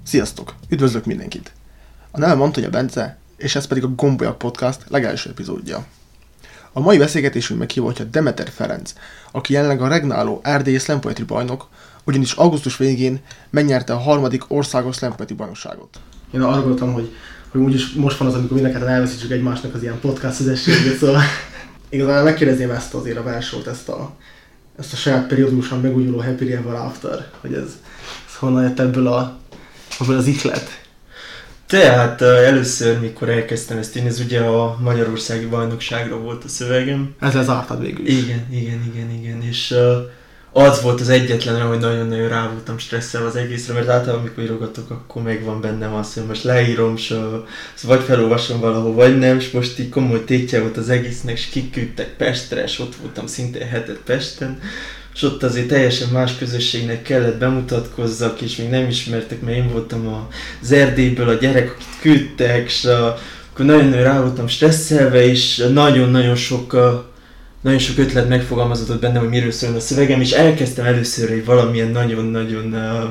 Sziasztok! Üdvözlök mindenkit! A nevem Antonia Bence, és ez pedig a Gombolyak Podcast legelső epizódja. A mai beszélgetésünk meghívottja Demeter Ferenc, aki jelenleg a regnáló erdélyi slam poetry bajnok, ugyanis augusztus végén megnyerte a 3. országos slam poetry bajnokságot. Én arra gondoltam, hogy úgyis most van az, amikor mindenketten elveszítsük egymásnak az ilyen podcast szüzességet, szóval igazán megkérdezném ezt azért a versort, ezt a saját periódusan megújuló Happy Ever After, hogy ez honnan jött ebből az ihlet. Tehát először, mikor elkezdtem ezt írni, ez ugye a Magyarországi Bajnokságra volt a szövegem. Ezzel zártad végül is. Igen. És az volt az egyetlen, hogy nagyon-nagyon rá voltam stresszelve az egészre, mert általában amikor írogatok, akkor megvan bennem az, hogy most leírom, és vagy felolvasom valahol, vagy nem, és most így komoly tétje volt az egésznek, és kiküldtek Pestre, és ott voltam szintén hetet Pesten. És ott azért teljesen más közösségnek kellett bemutatkozzak, és még nem ismertek, mert én voltam az Erdélyből a gyerek, akit küldtek, és akkor nagyon-nagyon rá voltam stresszelve, és nagyon sok ötlet megfogalmazódott bennem, hogy miről szól a szövegem, és elkezdtem először egy valamilyen nagyon-nagyon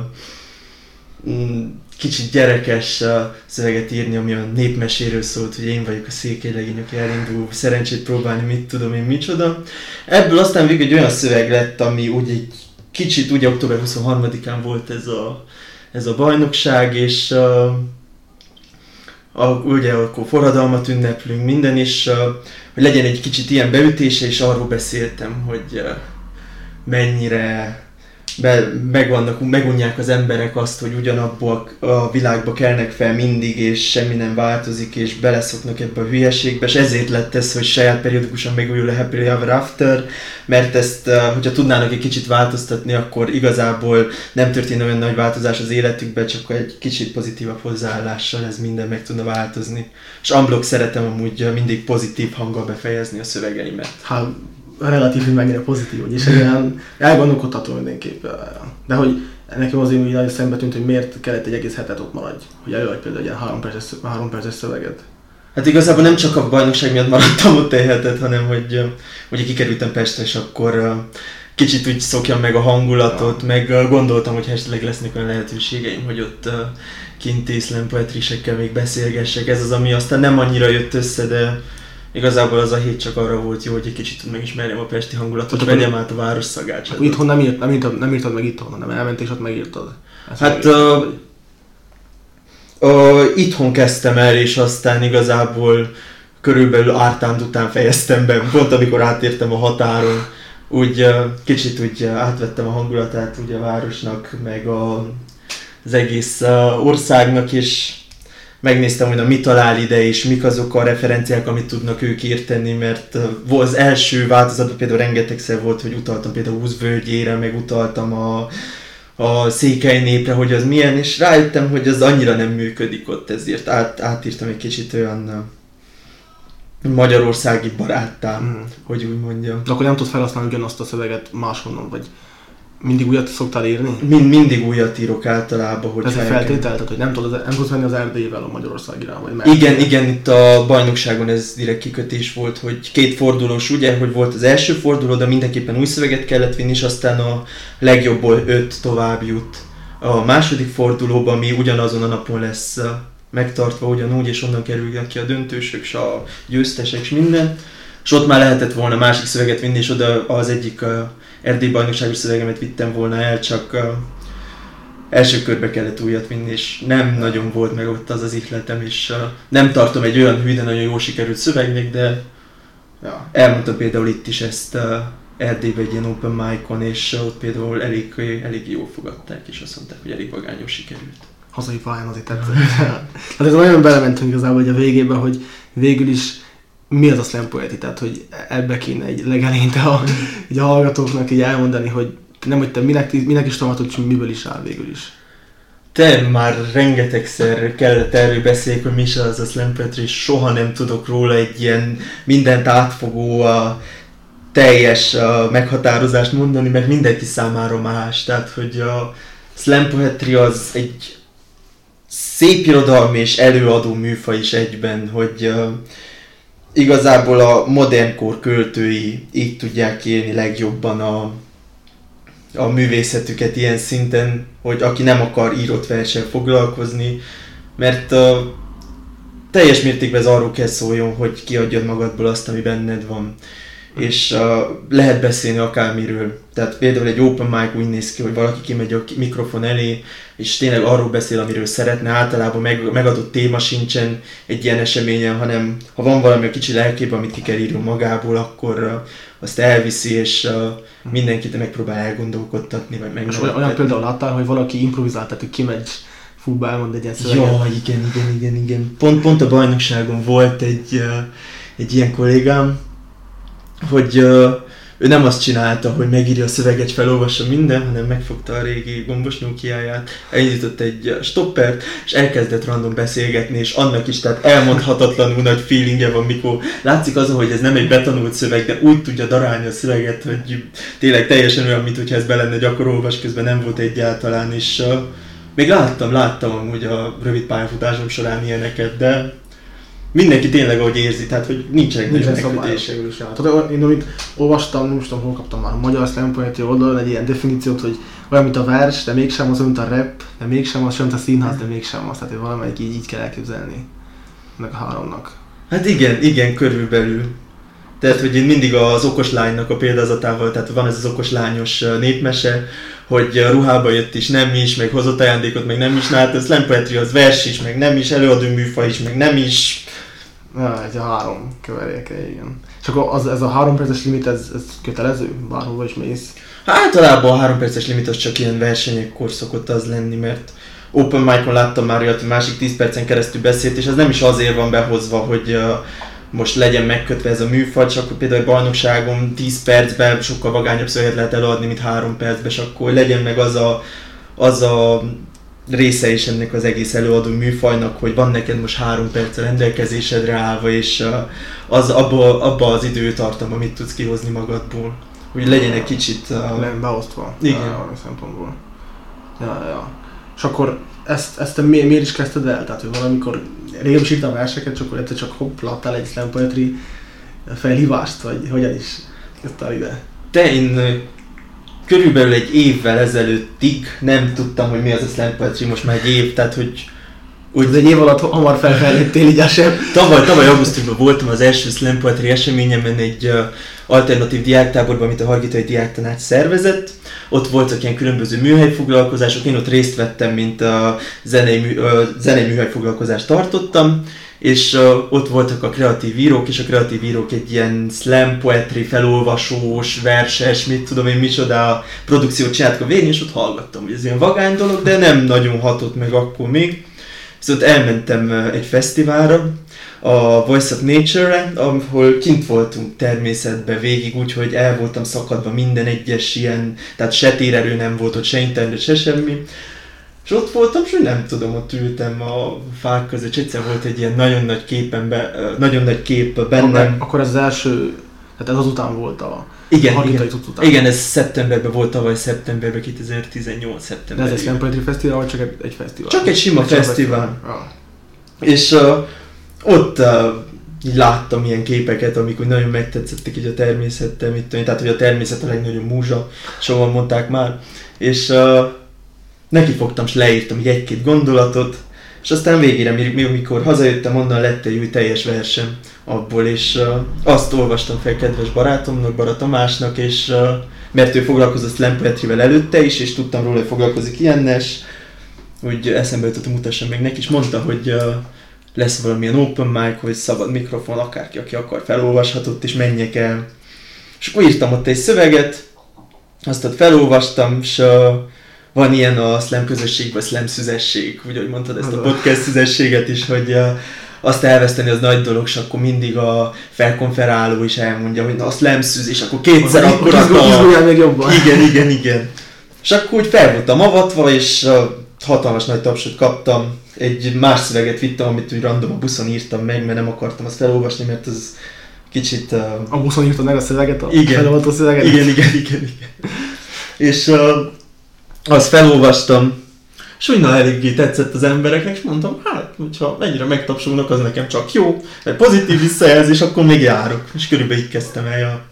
kicsit gyerekes szöveget írni, ami a népmeséről szólt, hogy én vagyok a székelylegény, aki elindul szerencsét próbálni, mit tudom én micsoda. Ebből aztán végül egy olyan szöveg lett, ami úgy egy kicsit, ugye október 23-án volt ez a bajnokság, és ugye akkor forradalmat ünneplünk minden, és hogy legyen egy kicsit ilyen beütése, és arról beszéltem, hogy mennyire megunják az emberek azt, hogy ugyanabból a világba kelnek fel mindig, és semmi nem változik, és beleszoknak ebbe a hülyeségbe, és ezért lett ez, hogy saját periódikusan megújul a Happy Ever After, mert ezt, hogyha tudnának egy kicsit változtatni, akkor igazából nem történne olyan nagy változás az életükben, csak egy kicsit pozitívabb hozzáállással ez minden meg tudna változni. És unblock szeretem amúgy mindig pozitív hanggal befejezni a szövegeimet. Relatív, hogy mennyire pozitív, és ilyen elgondolkodható mindenképp. De hogy nekem azért úgy nagyon szembe tűnt, hogy miért kellett egy egész hetet ott maradj, hogy előadj például egy ilyen 3 perces szöveget. Hát igazából nem csak a bajnokság miatt maradtam ott egy hetet, hanem hogy ugye kikerültem Pestre, és akkor kicsit úgy szokjam meg a hangulatot, meg gondoltam, hogy esetleg lesznek olyan lehetőségeim, hogy ott kinti slam poetrisekkel még beszélgessek. Ez az, ami aztán nem annyira jött össze, de igazából az a hét csak arra volt jó, hogy egy kicsit megismerjem a pesti hangulatot, hogy vegyem át a város szagát. Akkor itthon nem írtad meg itthon, hanem elmentél és ott megírtad. Hát itthon kezdtem el, és aztán igazából körülbelül Ártánd után fejeztem be, pont amikor átértem a határon, úgy kicsit úgy átvettem a hangulatát ugye a városnak, meg az egész országnak, és megnéztem, hogy mit talál ide, és mik azok a referenciák, amit tudnak ők írteni, mert az első változatban például rengetegszer volt, hogy utaltam például Húz völgyére, meg utaltam a székely népre, hogy az milyen, és rájöttem, hogy az annyira nem működik ott, ezért átírtam egy kicsit olyan magyarországi baráttá, hogy úgy mondjam. De akkor nem tudod felhasználni ugyanazt a szöveget máshonnan, vagy mindig újat szoktál írni? Mindig újat írok általában, hogy ez egy feltétel, tehát hogy nem tudsz menni az Erdélyvel a Magyarországira, vagy Igen, itt a bajnokságon ez direkt kikötés volt, hogy 2 fordulós, ugye, hogy volt az első forduló, de mindenképpen új szöveget kellett vinni, és aztán a legjobbból 5 tovább jut a második fordulóba, ami ugyanazon a napon lesz megtartva ugyanúgy, és onnan kerülnek ki a döntősök, és a győztesek, és minden. És ott már lehetett volna másik szöveget vinni, és oda az egyik Erdély bajnokságos szövegemet vittem volna el, csak első körbe kellett újat vinni, és nem nagyon volt meg ott az ihletem, és nem tartom egy olyan hű, de nagyon jól sikerült szövegnek, de elmondtam például itt is ezt Erdélyben egy ilyen open mic-on, és ott például elég jól fogadták, és azt mondták, hogy elég vagányos sikerült. Hazai pályán azért tetszett. Hát ez nagyon belementünk igazából hogy a végében, hogy végül is mi az a slam poetry, tehát hogy ebbe kéne egy legelején a hallgatóknak így elmondani, hogy nem, hogy te minek is tanultad, hogy miből is áll végül is. Te már rengetegszer kellett erről beszélni, hogy mi is az a slam poetry, és soha nem tudok róla egy ilyen mindent átfogó, teljes meghatározást mondani, mert mindenki számára más. Tehát, hogy a slam poetry az egy szép irodalmi és előadó műfaj is egyben, hogy igazából a modern kor költői így tudják élni legjobban a művészetüket ilyen szinten, hogy aki nem akar írott verssel foglalkozni, mert teljes mértékben ez arról kell szóljon, hogy kiadjad magadból azt, ami benned van. És lehet beszélni akármiről. Tehát például egy open mic úgy néz ki, hogy valaki kimegy a mikrofon elé, és tényleg arról beszél, amiről szeretne. Általában megadott téma sincsen egy ilyen eseményen, hanem ha van valami a kicsi lelkében, amit ki kell írni magából, akkor azt elviszi, és mindenkit megpróbál elgondolkodtatni, vagy megnevetni. Olyan például láttál, hogy valaki improvizált, tehát hogy kimegy futba, elmond egy ilyen szöveget. Ja, igen. Pont a bajnokságon volt egy ilyen kollégám, hogy ő nem azt csinálta, hogy megírja a szöveget, felolvassa minden, hanem megfogta a régi gombos Nokiáját, elindított egy stoppert, és elkezdett random beszélgetni, és annak is, tehát elmondhatatlanul nagy feelingje van, mikor látszik azon, hogy ez nem egy betanult szöveg, de úgy tudja darálni a szöveget, hogy tényleg teljesen olyan, mintha ez be lenne gyakorolva, és közben nem volt egyáltalán, és még láttam amúgy a rövid pályafutásom során ilyeneket, de mindenki tényleg ahogy érzi, tehát hogy nincsenek megkötések. Én amit olvastam, nem tudom, hol kaptam már a Magyar Slam Poetry oldalon egy ilyen definíciót, hogy olyan, mint a vers, de mégsem az, olyan, mint a rap, de mégsem az, olyan, mint a színház, de mégsem az. Tehát hogy valamelyik így kell elképzelni ennek a háromnak. Hát igen, körülbelül. Tehát, hogy én mindig az okos lánynak a példázatával, tehát van ez az okos lányos népmese, hogy ruhába jött is, nem is, meg hozott ajándékot, meg nem is, hát a Slam Poetry az vers is, meg nem is, előadó műfaj is, meg nem is. Ja, egy a 3 keveréke, igen. És akkor ez a 3 perces limit, ez kötelező? Bárhova is mész? Általában a 3 perces limit az csak ilyen versenyekkor szokott az lenni, mert open mic-on láttam már olyat, hogy másik 10 percen keresztül beszélt, és ez nem is azért van behozva, hogy most legyen megkötve ez a műfaj, csak akkor például egy bajnokságon 10 percben sokkal vagányabb szöveget lehet eladni, mint 3 percben, és akkor legyen meg az a része is ennek az egész előadó műfajnak, hogy van neked most 3 perc a rendelkezésedre állva, és abba az időtartam, amit tudsz kihozni magadból. Hogy legyen egy kicsit... beosztva. Igen. Szempontból. Ja. És akkor ezt te miért is kezdted el? Tehát, hogy valamikor régen is írtam verseket, csak akkor egyszer csak hopp, láttál egy Slam Poetry felhívást, vagy hogyan is jöttél ide? Én körülbelül egy évvel ezelőttig nem tudtam, hogy mi az a Slam Poetry, most már egy év, tehát hogy... Úgy egy év alatt hamar felfejlettél így sem. Tavaly augusztusban voltam az első Slam Poetry eseményemen egy alternatív diáktáborban, amit a Hargitai Diáktanács szervezett. Ott voltak ilyen különböző műhelyfoglalkozások, én ott részt vettem, mint a zenei műhelyfoglalkozást tartottam, és ott voltak a kreatív írók, és a kreatív írók egy ilyen Slam Poetry felolvasós, verses, mit tudom én micsoda produkciót csináltak a végén, és ott hallgattam, hogy ez ilyen vagány dolog, de nem nagyon hatott meg akkor még. Szóval elmentem egy fesztiválra, a Voice of Nature-re, ahol kint voltunk természetben végig, úgyhogy el voltam szakadva minden egyes ilyen, tehát se térerő nem volt ott, se internet, se semmi. És ott voltam, és nem tudom, ott ültem a fák között, és egyszer volt egy ilyen nagyon nagy kép bennem. Akkor ez az első, tehát ez azután volt a Hargitai cucc után. Igen, ez szeptemberben volt, tavaly szeptemberben, 2018 szeptemberben. De ez egy Slam Poetry Fesztivál, vagy csak egy fesztivál? Csak egy sima fesztivál. És ott így láttam ilyen képeket, amik úgy nagyon megtetszettek így a természettel, tehát hogy a természet a legnagyobb múzsa, sokan mondták már. És nekifogtam, és leírtam így egy-két gondolatot, és aztán végére, mikor hazajöttem, onnan lett egy új teljes versem abból, és azt olvastam fel kedves barátomnak, Bara Tamásnak, és mert ő foglalkozott Slam Poetryvel előtte is, és tudtam róla, hogy foglalkozik ilyennel, és úgy eszembe jutott, hogy mutassam meg neki, és mondta, hogy lesz valamilyen open mic, hogy szabad mikrofon, akárki, aki akar, felolvashatott, és menjek el. És akkor írtam ott egy szöveget, azt ott felolvastam, és van ilyen a slam közösségben, slam szüzesség, úgy, hogy mondtad ezt a podcast szüzességet is, hogy azt elveszteni az nagy dolog, és akkor mindig a felkonferáló is elmondja, hogy na a slam szüz, és akkor kétszer akkor izguljál még jobban. Igen. És akkor úgy fel voltam avatva, és hatalmas nagy tapsot kaptam. Egy más szöveget vittem, amit úgy random a buszon írtam meg, mert nem akartam azt felolvasni, mert az kicsit... A buszon írtad meg a szöveget? Felolvató szöveget? Igen. És azt felolvastam, és úgy eléggé tetszett az embereknek, és mondtam, hát, hogyha mennyire megtapsolnak, az nekem csak jó, egy pozitív visszajelzés, akkor még járok. És körülbelül így kezdtem el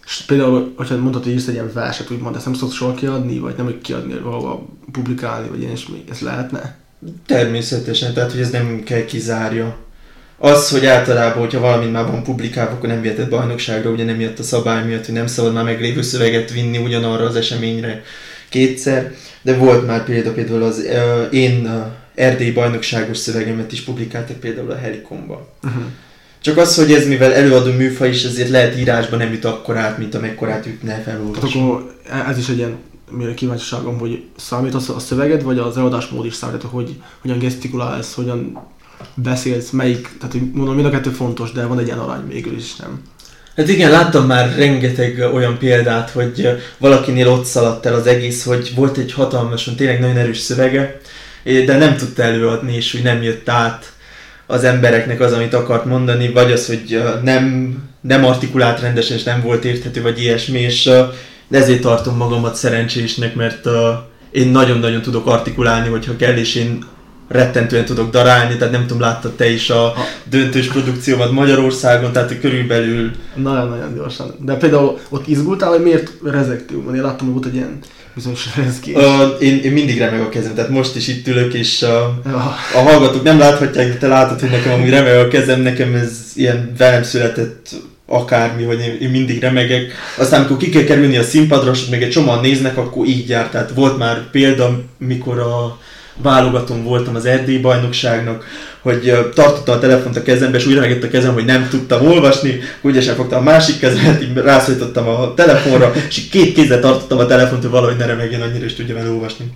És például, hogyha mondtad, hogy írsz egy ilyen verset, úgymond, ezt nem szoksz soha kiadni, vagy nem kiadni, vagy valahol publikálni, vagy ilyesmi, ez lehetne? Természetesen, tehát hogy ez nem kell kizárja. Az, hogy általában, hogyha valamint már van publikálva, akkor nem vihetett bajnokságra, ugye nem jött a szabály miatt, hogy nem szabad már meglévő szöveget vinni ugyanarra az eseményre kétszer, de volt már például az én erdélyi bajnokságos szövegemet is publikáltak például a Helikonba. Csak az, hogy ez mivel előadó műfaj is, ezért lehet írásban nem jut akkor át, mint amekkorát jutne felolvasni. Tehát akkor ez is egy ilyen kíváncsiságom, hogy számít a szöveged, vagy az előadásmód is számít, hogy hogyan gesztikulálsz, hogyan beszélsz, melyik, tehát hogy mondom, mind a kettő fontos, de van egy ilyen arány végül is, nem? Hát igen, láttam már rengeteg olyan példát, hogy valakinél ott szaladt el az egész, hogy volt egy hatalmasan, tényleg nagyon erős szövege, de nem tudta előadni, és úgy nem jött át az embereknek az, amit akart mondani, vagy az, hogy nem artikulált rendesen, és nem volt érthető, vagy ilyesmi, és de ezért tartom magamat szerencsésnek, mert én nagyon-nagyon tudok artikulálni, hogyha kell, és én rettentően tudok darálni, tehát nem tudom, láttad te is a döntős produkciómat Magyarországon, tehát körülbelül... Nagyon-nagyon gyorsan. De például ott izgultál, hogy miért rezegtél? Én láttam, hogy volt egy ilyen bizonyos rezgés. Én mindig remeg a kezem, tehát most is itt ülök, és a hallgatók nem láthatják, de te látod, hogy nekem amúgy remeg a kezem, nekem ez ilyen velem született akármi, hogy én mindig remegek. Aztán amikor ki kell kerülni a színpadra, és még egy csomóan néznek, akkor így jár. Tehát volt már példa, mikor a válogatón voltam az erdélyi bajnokságnak, hogy tartottam a telefont a kezembe, és úgy remegett a kezem, hogy nem tudtam olvasni, ügyesen fogtam a másik kezemet, így rászólítottam a telefonra, és így két kézzel tartottam a telefont, hogy valahogy ne remegjen annyira, és tudjam elolvasni.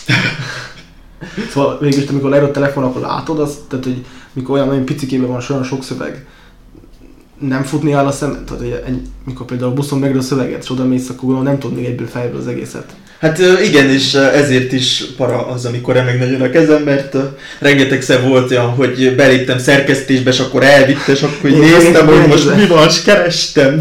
Szóval végülis, amikor leírod a telefon, akkor látod azt, tehát hogy mikor olyan picikében van olyan sok szöveg, nem futni áll a szemed? Tehát, mikor például a buszon megről a szöveget, és oda mész, akkor nem tudod még egyből fejből az egészet. Hát igen, és ezért is para az, amikor remeg nagyon a kezem, mert rengetegszer volt olyan, hogy beléptem szerkesztésbe, és akkor elvitte, és akkor néztem, hogy most mi van, és kerestem.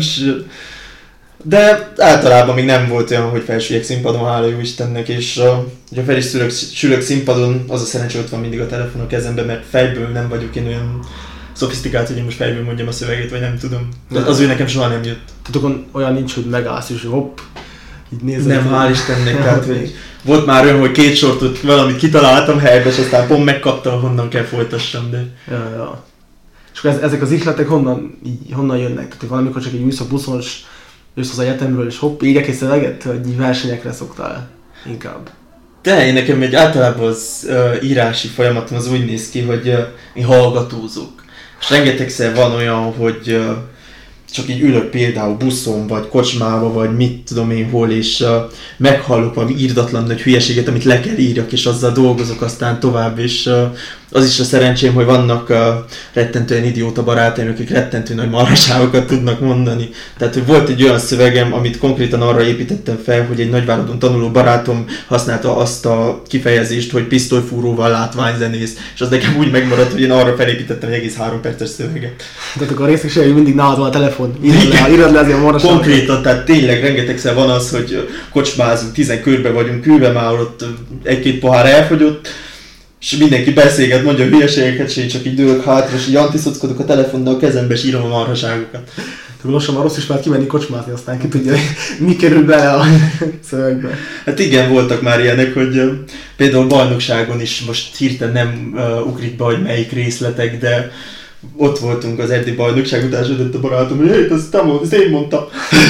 De általában még nem volt olyan, hogy felsüljek színpadon, hála jó Istennek, és ha fel is sülök színpadon, az a szerencsé, ott van mindig a telefon a kezemben, mert fejből nem vagyok én olyan szofisztikált, hogy én most fejből mondjam a szöveget, vagy nem tudom. Az ő nekem soha nem jött. Tehát akkor olyan nincs, hogy megállsz, és hopp, így nézed. Nem, hál' Istennek, tehát hogy volt már olyan, hogy két sortot valamit kitaláltam helybe, és aztán pont megkaptam, honnan kell folytassam, de... Ja. És akkor ezek az ihletek honnan jönnek? Tehát valamikor csak egy ülsz a buszon, és jössz az egyetemről, és hopp, írják egy szöveget, hogy versenyekre szoktál inkább. De én nekem egy általában az írási folyamatom az úgy néz ki, hogy én hallgatózok. És rengetegszer van olyan, hogy csak így ülök például buszon, vagy kocsmába, vagy mit tudom én hol, és meghallok valami írdatlan nagy hülyeséget, amit le kell írjak, és azzal dolgozok aztán tovább, és az is a szerencsém, hogy vannak rettentően idióta barátaim, akik rettentő nagy marhaságokat tudnak mondani. Tehát, hogy volt egy olyan szövegem, amit konkrétan arra építettem fel, hogy egy Nagyváradon tanuló barátom használta azt a kifejezést, hogy pisztolyfúróval látványzenész, és az nekem úgy megmaradt, hogy én arra felépítettem egy egész 3 perces szöveget. Tehát akkor a részeség mindig nálad van a telefon, írod le azért a marhaságokat. Konkrétan, tehát tényleg rengetegszer van az, hogy kocsmázunk, 10 körbe vagyunk ülve, már ott 1-2 pohár elfogyott, és mindenki beszélget, mondja a hülyeségeket, és én csak így dőlök hátra, és így antiszockodok a telefonnal a kezembe, és írom a marhaságokat. Tehát lassan már rossz is már kimenni kocsmázni, aztán ki tudja, mi kerül bele a szövegbe. Hát igen, voltak már ilyenek, hogy például bajnokságon is most hirtelen nem ugrik be, hogy melyik részletek, de ott voltunk az erdélyi bajnokság után, és a barátom, hogy hé, ezt én mondtam.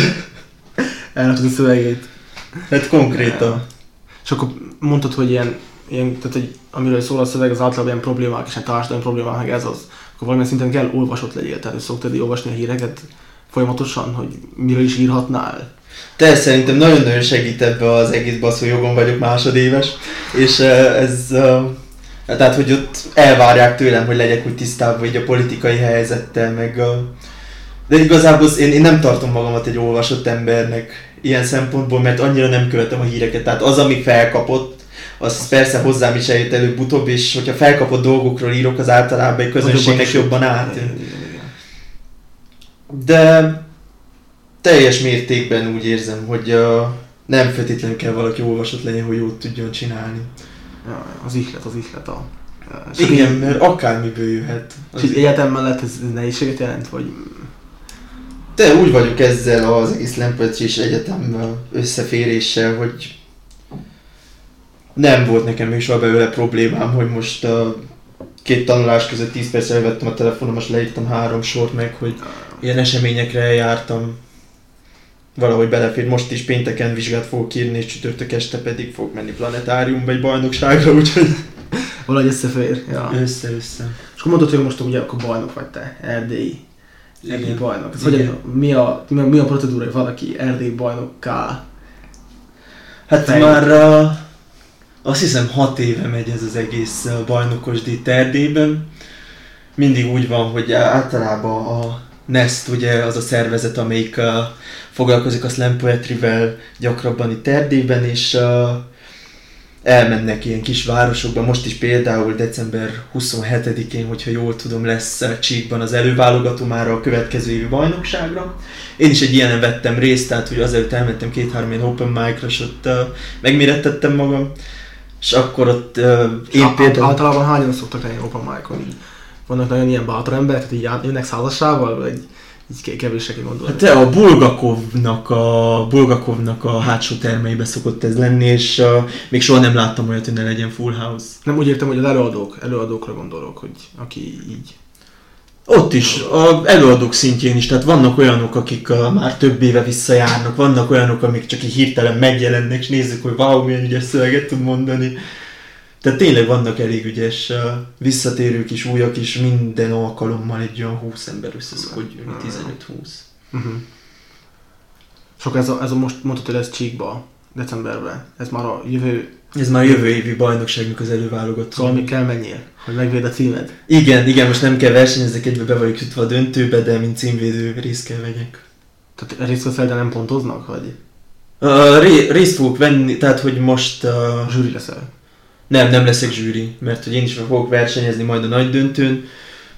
Elnapod a szövegét. Hát konkrétan. És akkor mondtad, hogy ilyen tehát, hogy amiről szól a szöveg, az általában ilyen problémák, és ilyen társadalmi problémák, meg ez az. Akkor valamilyen szinten kell olvasott legyél, tehát hogy szoktad olvasni a híreket folyamatosan, hogy miről is írhatnál. Te szerintem nagyon-nagyon segít ebbe az egész baszójogon vagyok másodéves, és tehát, hogy ott elvárják tőlem, hogy legyek úgy tisztában így a politikai helyzettel, meg de igazából én nem tartom magamat egy olvasott embernek ilyen szempontból, mert annyira nem követem a híreket. Tehát az, ami felkapott, az persze hozzám is eljött előbb-utóbb, és hogyha felkapott dolgokról írok, az általában egy közönségnek jobban átjön. De teljes mértékben úgy érzem, hogy nem feltétlenül kell valaki olvasott legyen, hogy jót tudjon csinálni. Ja, az ihlet. Igen, mert akármiből jöhet. És egyetem mellett ez nehézséget jelent, vagy... De úgy vagyok ezzel az egész slam poetry és egyetem összeféréssel, hogy nem volt nekem is belőle problémám, hogy most két tanulás között 10 percre vettem a telefonom, most leírtam 3 sort meg, hogy ilyen eseményekre jártam. Valahogy belefér, most is pénteken vizsgát fogok írni, és csütörtök este pedig fogok menni planetáriumba egy bajnokságra, úgyhogy... Valahogy összefér, ja. Össze. És akkor mondod, hogy most ugye akkor bajnok vagy te, erdélyi bajnok. Ez hogy, mi a procedúra, hogy valaki erdélyi bajnokká? Hát már azt hiszem 6 éve megy ez az egész bajnokosdíj itt Erdélyben. Mindig úgy van, hogy általában a Nest ugye az a szervezet, amelyik foglalkozik a slam poetryvel gyakrabban itt Erdélyben, és elmennek ilyen kis városokba. Most is például december 27-én, hogyha jól tudom, lesz Csíkban az előválogató már a következő évi bajnokságra. Én is egy ilyenen vettem részt, tehát hogy azelőtt elmentem 2-3 ilyen open mic-ra, és ott megmérettettem magam. És akkor ott én például... Általában hányan szoktak lenni open mic-on? Vannak nagyon ilyen bátor emberek, tehát így jönnek százassával, vagy így kevésre kimondva? Hát a Bulgakovnak a hátsó termeibe szokott ez lenni, és még soha nem láttam olyat, hogy ne legyen full house. Nem úgy értem, hogy az előadókra gondolok, hogy aki így... Ott is, az előadók szintjén is, tehát vannak olyanok, akik már több éve visszajárnak, vannak olyanok, amik csak így hirtelen megjelennek, és nézzük, hogy wow, milyen ügyes szöveget tud mondani. Tehát tényleg vannak elég ügyes visszatérők is, újak is, minden alkalommal egy olyan 20 ember össze szokott gyűlni, 15-20. Sok ez a most mondhatod, hogy lesz Csíkba, decemberben. Ez már a jövő évi bajnokságnak az előválogató. Szóval még kell menjél, hogy megvéd a címed? Igen, most nem kell versenyezzek, egybe be vagyok jutva a döntőbe, de mint címvédő részt kell vegyek. Tehát részt veszel, de nem pontoznak, vagy? Részt fogok venni, tehát hogy most... Zsűri leszel? Nem leszek zsűri, mert hogy én is fogok versenyezni majd a nagy döntőn,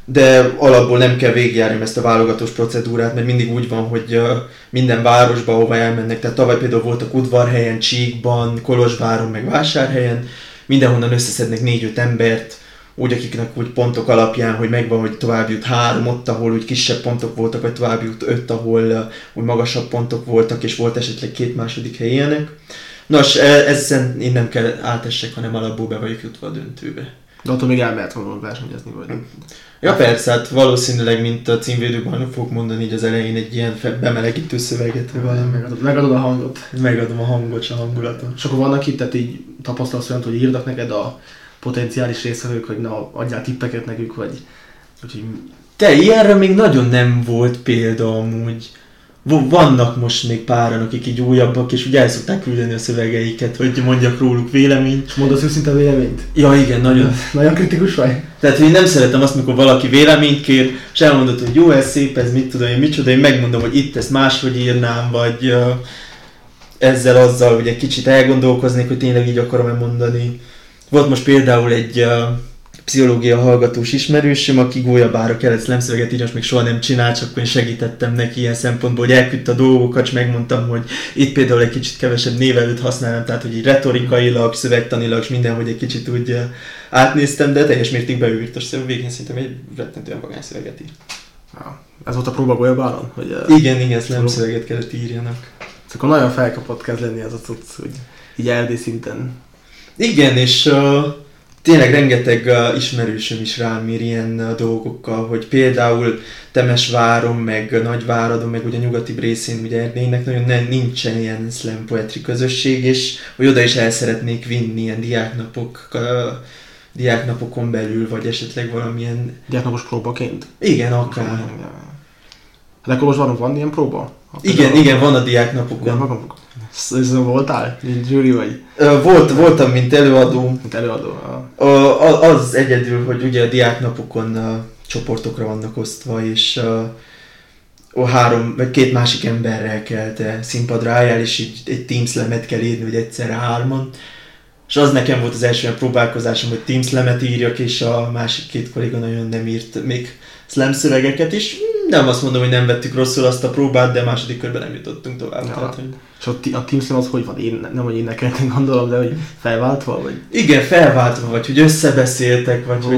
de alapból nem kell végigjárni ezt a válogatós procedúrát, mert mindig úgy van, hogy minden városba, ahova elmennek, tehát tavaly például voltak Udvarhelyen, Csíkban, Kolozsváron, meg Vásárhelyen, mindenhonnan összeszednek 4-5 embert, úgy akiknek úgy pontok alapján, hogy megvan, hogy tovább jut 3 ott, ahol úgy kisebb pontok voltak, vagy tovább jut 5, ahol úgy magasabb pontok voltak, és volt esetleg 2 második hely ilyenek. Nos, ezen én nem kell átessek, hanem alapból be vagyok jutva a döntőbe. De attól még el lehet volna versenyezni, vagy? Ja persze, hát valószínűleg, mint a címvédőbajnok fogok mondani így az elején egy ilyen bemelegítő szöveget, vagy valami. Megadod a hangot. Megadom a hangot, a hangulatot. És akkor vannak itt, tehát így tapasztalsz olyant, hogy írnak neked a potenciális résztvevők, hogy na, adjál tippeket nekük, vagy... Úgyhogy... Te, ilyenre még nagyon nem volt példa amúgy. Vannak most még páran, akik így újabbak, és ugye el szokták küldeni a szövegeiket, hogy mondjak róluk véleményt. És mondasz őszinte véleményt? Ja igen, nagyon. Nagyon kritikus vagy? Tehát én nem szeretem azt, mikor valaki véleményt kér, és elmondod, hogy jó, ez szép, ez mit tudom én, micsoda, én megmondom, hogy itt ezt máshogy írnám, vagy ezzel-azzal, hogy egy kicsit elgondolkoznék, hogy tényleg így akarom-e mondani. Volt most például egy pszichológia hallgatós ismerősöm, aki gólyabára kellett slamszöveget írni, és még soha nem csinált, csak én segítettem neki ilyen szempontból, hogy elküldte a dolgokat, és megmondtam, hogy itt például egy kicsit kevesebb névelőt használom, tehát hogy így retorikailag, szövegtanilag, és mindenhogy egy kicsit úgy átnéztem, de teljes mértékben ő írtas, szóval végén szerintem egy rettentően vagány szöveget ír. Ja. Ez volt a próba gólyabáron? Hogy, igen, slamszöveget kellett írjanak. Akkor nagyon felkapott kezd lenni ez a cucc, hogy így Erdély szinten. Igen, és tényleg rengeteg ismerősöm is rám ír ilyen dolgokkal, hogy például Temesváron, meg Nagyváradon, meg ugye a nyugati részén ugye Erdélynek nagyon nincsen ilyen slam poetry közösség, és hogy oda is el szeretnék vinni ilyen diáknapokon belül, vagy esetleg valamilyen... Diáknapos próbaként? Igen, akár. De Kolozsváron van ilyen próba? Igen, van a diáknapokon. Szóval voltál? Mint zsűri vagy? Voltam, mint előadó. Mint előadó, Az egyedül, hogy ugye a diáknapokon csoportokra vannak osztva, és 3 vagy 2 másik emberrel kell te színpadra álljál, és így egy team slamet kell írni, hogy egyszerre 3-an. És az nekem volt az első olyan próbálkozásom, hogy team slamet írjak, és a másik 2 kolléga nagyon nem írt még slam szövegeket is. Nem azt mondom, hogy nem vettük rosszul azt a próbát, de a második körben nem jutottunk tovább. Ja. Tehát, hogy... És a team slam az hogy van? Nem, hogy énekeltek gondolom, de hogy felváltva? Vagy? Igen, felváltva, vagy hogy összebeszéltek, vagy hogy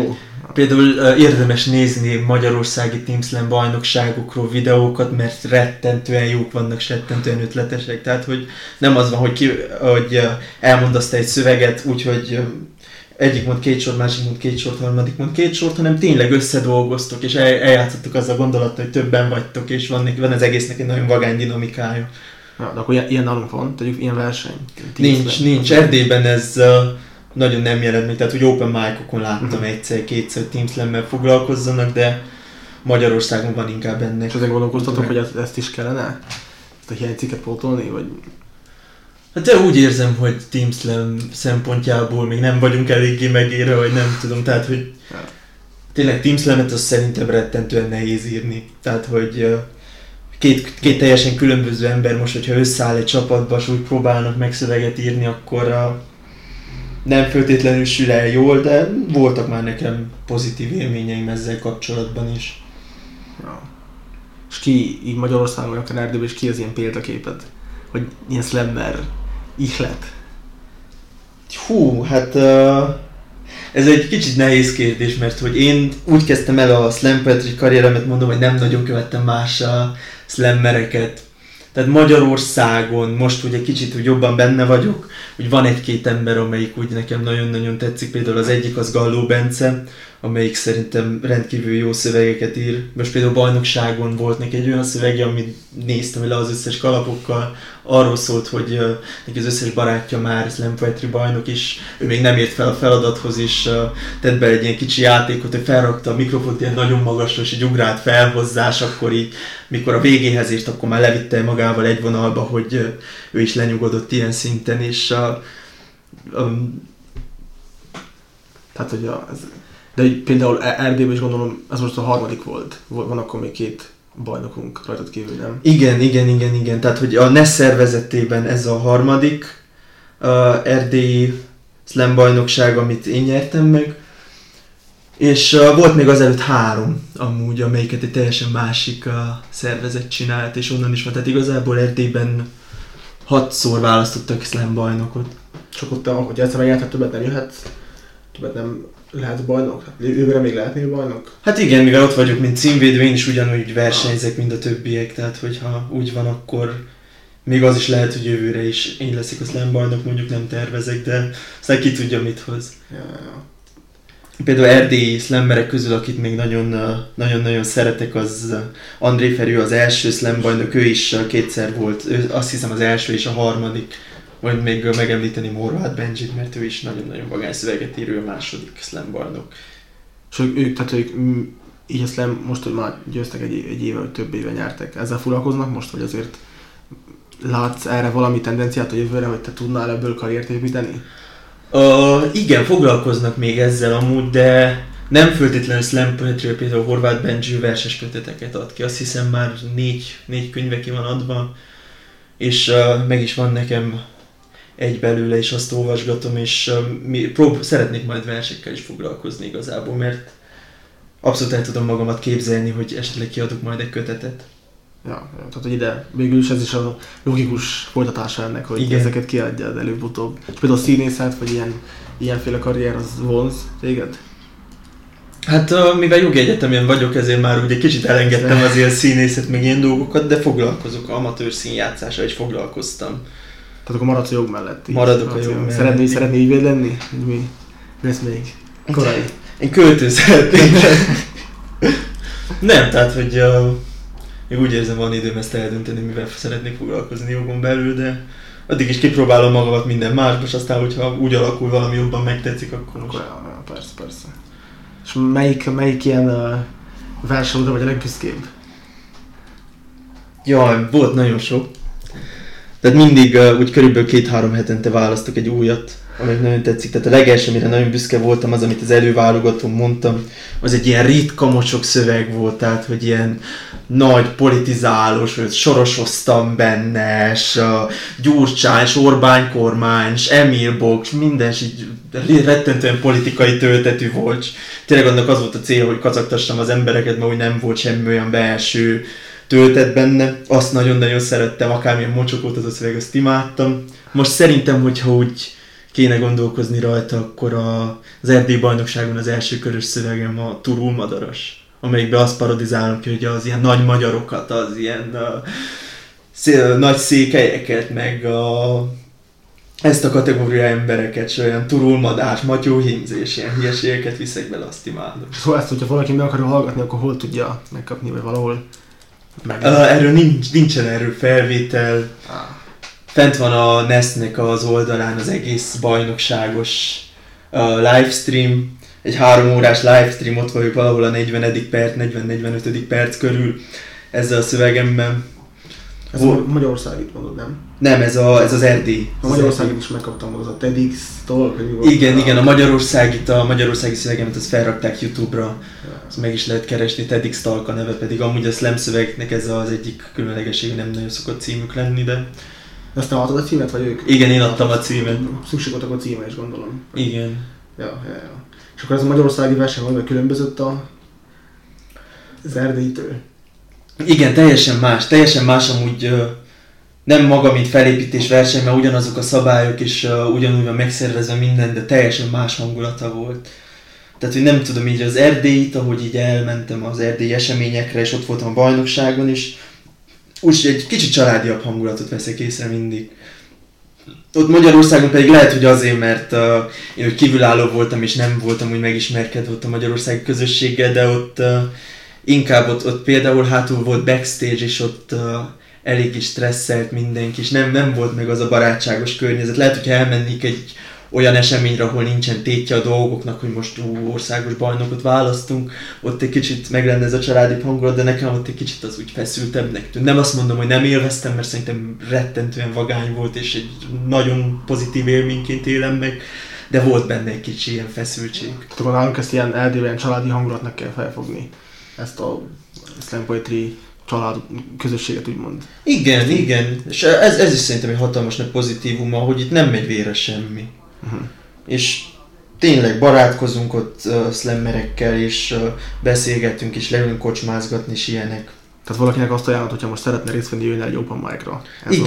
Például érdemes nézni magyarországi Team Slam bajnokságokról videókat, mert rettentően jók vannak, és rettentően ötletesek. Tehát, hogy nem az van, hogy elmondasz te egy szöveget, úgyhogy egyik mond 2 sort, másik mond 2 sort, harmadik mond 2 sort, hanem tényleg összedolgoztok, és eljátszottok azzal a gondolattal, hogy többen vagytok, és van az egésznek egy nagyon vagány dinamikája. Ja, de akkor ilyen nálunk van, tegyük ilyen verseny? Nincs. Erdélyben ez nagyon nem jelent meg, tehát hogy open mic-okon láttam egyszer-kétszer, hogy Team Slam-mel foglalkozzanak, de Magyarországon van inkább ennek. És ezen gondolkoztatok, hogy ezt is kellene? Ezt a hiánycikket pótolni, vagy? Hát de úgy érzem, hogy Team Slam szempontjából még nem vagyunk eléggé megérve, vagy nem tudom, tehát hogy tényleg Team Slam-et azt szerintem rettentően nehéz írni. Tehát, hogy két teljesen különböző ember most, hogyha összeáll egy csapatba, és úgy próbálnak meg szöveget írni, akkor nem feltétlenül sül el jól, de voltak már nekem pozitív élményeim ezzel kapcsolatban is. Ja. És ki így Magyarországon, vagy akár Erdélyben is ki az ilyen példaképed? Hogy ilyen slammer ihlet? Hú, hát ez egy kicsit nehéz kérdés, mert hogy én úgy kezdtem el a slam poetry karrieremet, mondom, hogy nem nagyon követtem más slammereket. Tehát Magyarországon most ugye kicsit úgy jobban benne vagyok, hogy van egy-két ember, amelyik úgy nekem nagyon-nagyon tetszik, például az egyik az Galló Bence, amelyik szerintem rendkívül jó szövegeket ír. Most például bajnokságon volt neki egy olyan szövege, amit néztem le az összes kalapokkal, arról szólt, hogy neki az összes barátja már slam poetry bajnok is, ő még nem ért fel a feladathoz, és tett be egy ilyen kicsi játékot, hogy felrakta a mikrofont ilyen nagyon magasra, és így ugrált fel hozzá, és akkor így, mikor a végéhez ért, akkor már levitte magával egy vonalba, hogy ő is lenyugodott ilyen szinten, és tehát, hogy de például Erdélyben is gondolom, ez most a harmadik volt. Van akkor még 2 bajnokunk rajtad kívül, nem? Igen. Tehát, hogy a NESZ szervezetében ez a harmadik erdélyi slam bajnokság, amit én nyertem meg. És volt még azelőtt 3 amúgy, amelyiket egy teljesen másik szervezet csinált, és onnan is van. Tehát igazából Erdélyben 6-szor választottak slam bajnokot. Csak ott, hogy egyszer megjelentett, többet nem jöhetsz? Többet nem lehetsz bajnok? Hát jövőre még lehetnél bajnok? Hát igen, mivel ott vagyok, mint címvédő, én is ugyanúgy versenyzek, mint a többiek, tehát hogyha úgy van, akkor még az is lehet, hogy jövőre is én leszek a slam bajnok, mondjuk nem tervezek, de aztán ki tudja, mit hoz. Ja. Például erdélyi slammerek közül, akit még nagyon-nagyon szeretek, az André Ferő, az első slam bajnok, ő is 2-szer volt, ő azt hiszem az első és a harmadik, vagy még megemlíteni Morvát Benjit, mert ő is nagyon-nagyon vagány szöveget ír, ő a második slam bajnok. És ők így a slam, most, hogy már győztek egy éve, vagy több éve nyertek, ezzel foglalkoznak most, vagy azért látsz erre valami tendenciát a jövőre, hogy te tudnál ebből karriert építeni? Igen, foglalkoznak még ezzel amúgy, de nem feltétlenül slam poetry, például Horváth Benji verses köteteket ad ki. Azt hiszem már 4 könyve ki van adva, és meg is van nekem egy belőle, és azt olvasgatom, és szeretnék majd versekkel is foglalkozni igazából, mert abszolút el tudom magamat képzelni, hogy esetleg kiadok majd egy kötetet. Ja, tehát hogy ide végül is ez is a logikus folytatása ennek, hogy igen, ezeket kiadjad előbb-utóbb. És például a színészet, vagy ilyenféle karrier az vonz téged? Hát mivel jogi egyetemen vagyok, ezért már úgy egy kicsit elengedtem az ilyen színészet, meg ilyen dolgokat, de foglalkozok, amatőr színjátszással is foglalkoztam. Tehát akkor maradsz a jog mellett? Maradok a jog mellett. Szeretnél ügyvéd lenni? Mi lesz még? Korai? Én költő szeretnék. Nem, tehát hogy még úgy érzem, van időm ezt eldönteni, mivel szeretnék foglalkozni jogon belül, de addig is kipróbálom magamat minden másba, és aztán, hogyha úgy alakul valami jobban megtetszik, akkor most... Ja, persze. És melyik ilyen versenyodra vagy a legbüszkébb? Jaj, volt nagyon sok. Tehát mindig úgy körülbelül 2-3 hetente választok egy újat, amelyik nagyon tetszik. Tehát a legelső, amire nagyon büszke voltam, az, amit az előválogatón mondtam, az egy ilyen ritka mocsok szöveg volt, tehát hogy ilyen nagy politizálós, hogy sorosoztam benne, és Gyurcsány, és Orbán kormány, és Emil Bocs, minden így rettentően politikai töltetű volt. Tényleg annak az volt a cél, hogy kacagtassam az embereket, mert úgy nem volt semmi olyan belső töltet benne. Azt nagyon-nagyon szerettem, akármilyen mocsok volt az a szöveg, azt imádtam. Most szerintem, hogyha úgy kéne gondolkozni rajta, akkor az erdélyi bajnokságon az első körös szövegem a Turul-madaras, amelyikben azt parodizálnak, hogy az ilyen nagy magyarokat, az ilyen nagy székelyeket, meg ezt a kategória embereket, és olyan Turul-madás, matyóhímzés, ilyen hülyeségeket viszek bele, azt imádom. Szóval ezt, hogyha valaki meg akarja hallgatni, akkor hol tudja megkapni, vagy valahol erről nincsen erről felvétel. Fent van a NESZ-nek az oldalán az egész bajnokságos livestream. Egy 3 órás livestream, ott vagyok valahol a 40. perc, 40-45. perc körül ezzel a szövegemmel. Ez a Magyarországit mondod, nem? Nem, ez az erdély. A Magyarországit is megkaptam, az a TEDx-tól. Igen, a magyarországi szövegemet azt felrakták YouTube-ra. Azt meg is lehet keresni, TEDx Talka neve, pedig amúgy a slam szövegnek ez az egyik különlegesség, nem nagyon szokott címük lenni, de... Ezt te adtad a címet, vagy ők? Igen, én adtam a címet. Szükség voltak a címe is, gondolom. Igen. Ja. És akkor ez a magyarországi verseny valami különbözött az erdélytől? Igen, teljesen más amúgy, nem maga, mint felépítés verseny, mert ugyanazok a szabályok és ugyanúgy van megszervezve minden, de teljesen más hangulata volt. Tehát, hogy nem tudom, így az Erdélyt, ahogy így elmentem az erdélyi eseményekre, és ott voltam a bajnokságon is, úgy egy kicsit családiabb hangulatot veszek észre mindig. Ott Magyarországon pedig lehet, hogy azért, mert én úgy kívülálló voltam, és nem voltam úgy megismerkedve ott a magyarországi közösséggel, de ott inkább ott például hátul volt backstage, és ott eléggé stresszelt mindenki, és nem volt meg az a barátságos környezet. Lehet, hogyha elmennék egy olyan eseményre, ahol nincsen tétje a dolgoknak, hogy most országos bajnokot választunk, ott egy kicsit meglenne ez a családi hangulat, de nekem ott egy kicsit az úgy feszültebbnek tűnt. Nem azt mondom, hogy nem élveztem, mert szerintem rettentően vagány volt, és egy nagyon pozitív élményként élem meg, de volt benne egy kicsi ilyen feszültség. Akkor nálunk ezt ilyen erdélyen családi hangulatnak kell felfogni, ezt a slam poetry család közösséget úgymond. Igen, és ez is szerintem egy hatalmas nagy pozitívuma, hogy itt nem megy vére semmi. És tényleg barátkozunk ott slammerekkel, és beszélgetünk, és leülünk kocsmázgatni, és ilyenek. Tehát valakinek azt ajánlott, hogyha most szeretne részt venni, jöjjön egy open mic-ra.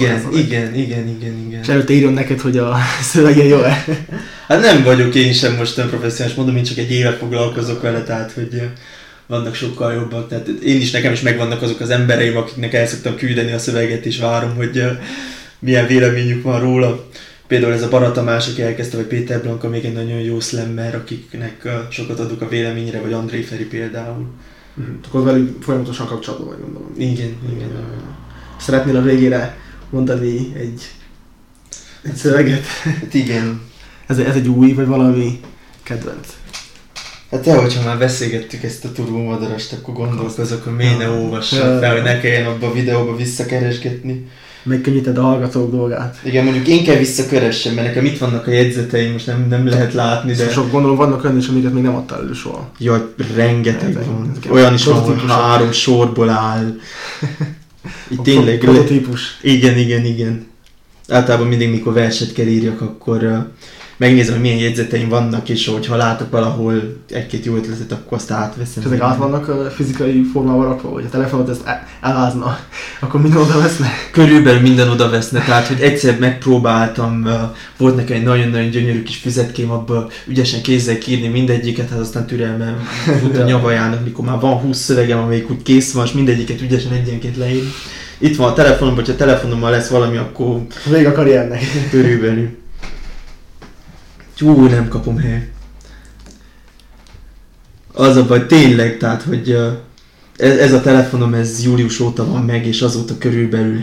Igen. És előtte írjon neked, hogy a szövege jó-e? Hát nem vagyok én sem most professzionális, mondom, én csak egy éve foglalkozok vele, tehát hogy vannak sokkal jobbak. Tehát nekem is megvannak azok az embereim, akiknek el szoktam küldeni a szöveget, és várom, hogy milyen véleményük van róla. Például ez a Bara Tamás, aki elkezdte, vagy Péter Blanka, még egy nagyon jó slammer, akiknek sokat adok a véleményre, vagy André Feri például. Akkor velük folyamatosan kapcsolatban vagy, gondolom. Igen. Szeretnél a végére mondani egy szöveget? Hát igen. Ez egy új, vagy valami kedvenc? Hát te, hogyha már beszélgettük ezt a Turul-madarast, akkor gondolkozok, hogy miért ne olvassam fel, hogy ne kelljen abba a videóba visszakeresgetni. Megkönnyíted a hallgatók dolgát. Igen, mondjuk én kell visszakeressem, mert nekem itt vannak a jegyzeteim, most nem lehet látni, de... Sok gondolom vannak olyan is, amiket még nem adtál elő soha. Jaj, rengeteg van. Olyan is van, hogy 3 sorból áll. Itt tényleg... Prototípus. Igen. Általában mindig, mikor verset kell írjak, akkor megnézem, hogy milyen jegyzeteim vannak, és hogyha látok valahol egy-két jó ötletet, akkor azt átveszem. És ezek át vannak fizikai formában rakva, vagy a telefonot ezt elázna, akkor minden oda veszne? Körülbelül minden oda veszne, tehát hogy egyszer megpróbáltam, volt nekem egy nagyon-nagyon gyönyörű kis füzetkém, abba ügyesen kézzel írni mindegyiket, hát aztán türelmem volt a nyavajának, mikor már van 20 szövegem, amelyik úgy kész van, és mindegyiket ügyesen egyenként leír. Itt van a telefonom, hogyha telefonommal lesz valami, akkor... Vég a karriernek. Körülbelül. Nem kapom helyet. Az a baj, tényleg, tehát, hogy ez a telefonom, ez július óta van meg, és azóta körülbelül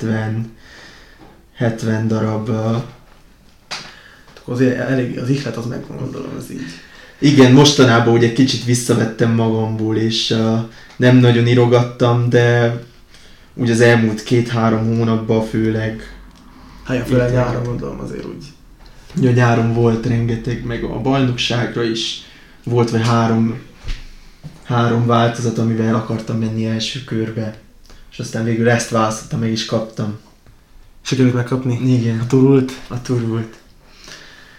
70 darab... Akkor azért elég, az ihlet az megvan, gondolom, ez így. Igen, mostanában ugye kicsit visszavettem magamból, és nem nagyon írogattam, de úgy az elmúlt 2-3 hónapban főleg... Hát főleg nyáron gondolom azért úgy. Ugye nyáron volt rengeteg, meg a bajnokságra is volt vagy 3 változat, amivel akartam menni első körbe. És aztán végül ezt választottam, meg is kaptam. Sikerült megkapni? Igen. A Turult? A Turult.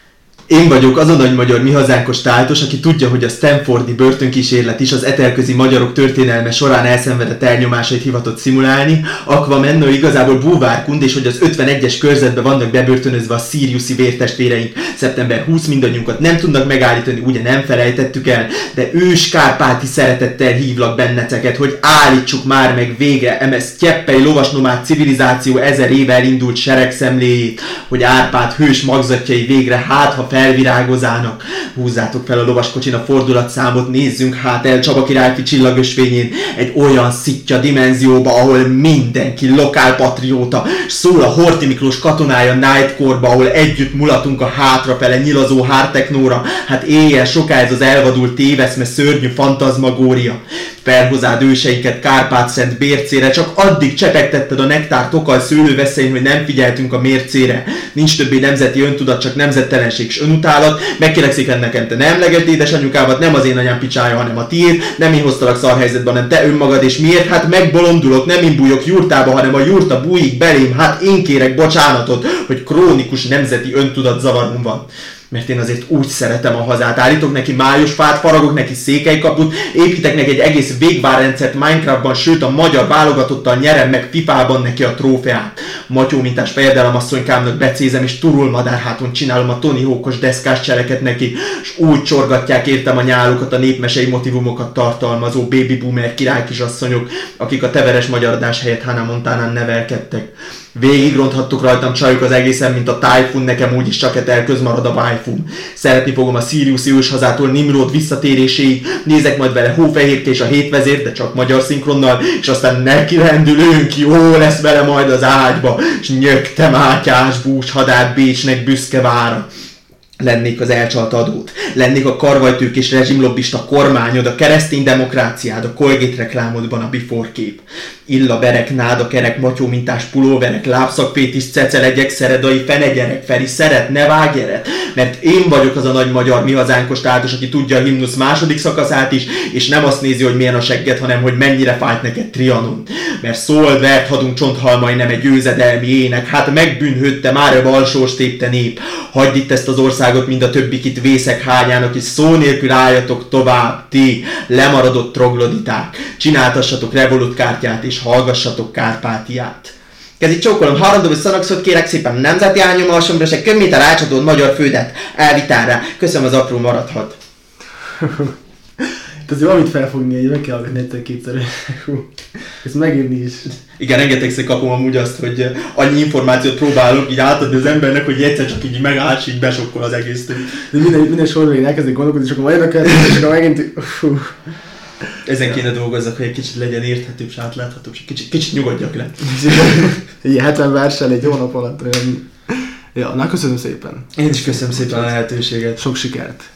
Én vagyok az a nagy magyar mi hazánkos táltos, aki tudja, hogy a Stanfordi börtönkísérlet is az etelközi magyarok történelme során elszenvedett elnyomásait hivatott szimulálni, Aquaman igazából búvárkund, és hogy az 51-es körzetben vannak bebörtönözve a Siriusi vértestvéreink. Szeptember 20 mindannyiunkat nem tudnak megállítani, ugye nem felejtettük el, de ős kárpáti szeretettel hívlak benneteket, hogy állítsuk már meg végre eme sztyeppei lovasnomád civilizáció 1000 éve elindult seregszemléjét, hogy Árpád hős magzatjai végre ha felvirágozának. Húzzátok fel a lovaskocsin a fordulatszámot, nézzünk hát el Csaba királyfi csillagösvényén egy olyan szitja dimenzióba, ahol mindenki lokálpatrióta, s szól a Horthy Miklós katonája Nightcore-ba, ahol együtt mulatunk a hátrafele nyilazó hardtechnóra, hát éjjel soká ez az elvadult téveszme szörnyű fantazmagória. Felhozád őseiket Kárpát-Szent bércére, csak addig csepegtetted a nektár tokaj szőlőveszélyen, hogy nem figyeltünk a mércére. Nincs többé nemzeti öntudat, csak nemzettelenség s önutálat. Megkérlek szépen nekem, te ne emlegedd édesanyukámat, nem az én anyám picsája, hanem a tiéd. Nem én hoztalak szarhelyzetben, hanem te önmagad, és miért? Hát megbolondulok, nem én bújok jurtába, hanem a jurta bújik belém. Hát én kérek bocsánatot, hogy krónikus nemzeti öntudat zavarom van. Mert én azért úgy szeretem a hazát. Állítok neki májusfát, faragok neki székelykaput, építek neki egy egész végvárrendszert Minecraftban, sőt a magyar válogatottal nyerem meg FIFA-ban neki a trófeát. Matyó mintás fejedelemasszonykámnak becézem, és turulmadárháton csinálom a Tony Hawkos deszkás cseleket neki, és úgy csorgatják értem a nyálukat a népmesei motivumokat tartalmazó baby boomer királykisasszonyok, akik a teveres magyarodás helyett Hannah Montanán nevelkedtek. Végig ronthattuk rajtam csajok az egészen, mint a Typhoon, nekem úgyis csak etelköz marad a waifu. Szeretni fogom a Siriusi őshazától Nimrod visszatéréséig, nézek majd vele Hófehérke és a Hétvezér, de csak magyar szinkronnal, és aztán neki rendülünk, jó lesz vele majd az ágyba, és nyögte Mátyás bús hadát Bécsnek büszke vára. Lennék az elcsalt adót, lennék a karvajtők és rezsimlobbista kormányod, a keresztény demokráciád, a Colgate reklámodban a before kép. Illa berek, náda kerek, matyó mintás pulóverek, lábszakfétis cecelegyek, szeredai fenegyerek, Feri szeret, ne vágj eret, mert én vagyok az a nagy magyar mi hazánkos táltos, aki tudja a himnusz második szakaszát is, és nem azt nézi, hogy milyen a segged, hanem hogy mennyire fájt neked Trianon. Mert szóld, vert hadunk csonthalmai nem egy győzedelmi ének, hát megbűnhődte már a balsós tépte nép. Hagyd itt ezt az országot, mind a többik itt vészek hányának, és szó nélkül álljatok tovább, ti lemaradott trogloditák. Csináltassatok Revolut kártyát, és hallgassatok Kárpátiát. Kezdj csókolom, harmadó szanakszót kérek szépen nemzeti álnyomalsomra, se kömmét a rácsadód magyar földet elvitál rá. Köszönöm, az apró maradhat. Tehát valamit felfogni, hogy meg kell hallgatni egyszer-kétszer. Ezt megírni is. Igen, rengetegszer kapom amúgy azt, hogy annyi információt próbálok így átadni az embernek, hogy egyszer csak így megáll, és így besokkol az egésztől. De minden sorban én elkezdek gondolkodni, és akkor majd érdekel, és akkor megint... Ezen kéne dolgozzak, hogy egy kicsit legyen érthetőbb, és átláthatóbb, és kicsit nyugodjak le. Ilyen 70 verssel egy hónap alatt olyan... Ja, na köszönöm szépen. Én is köszönöm szépen a lehetőséget. Sok sikert.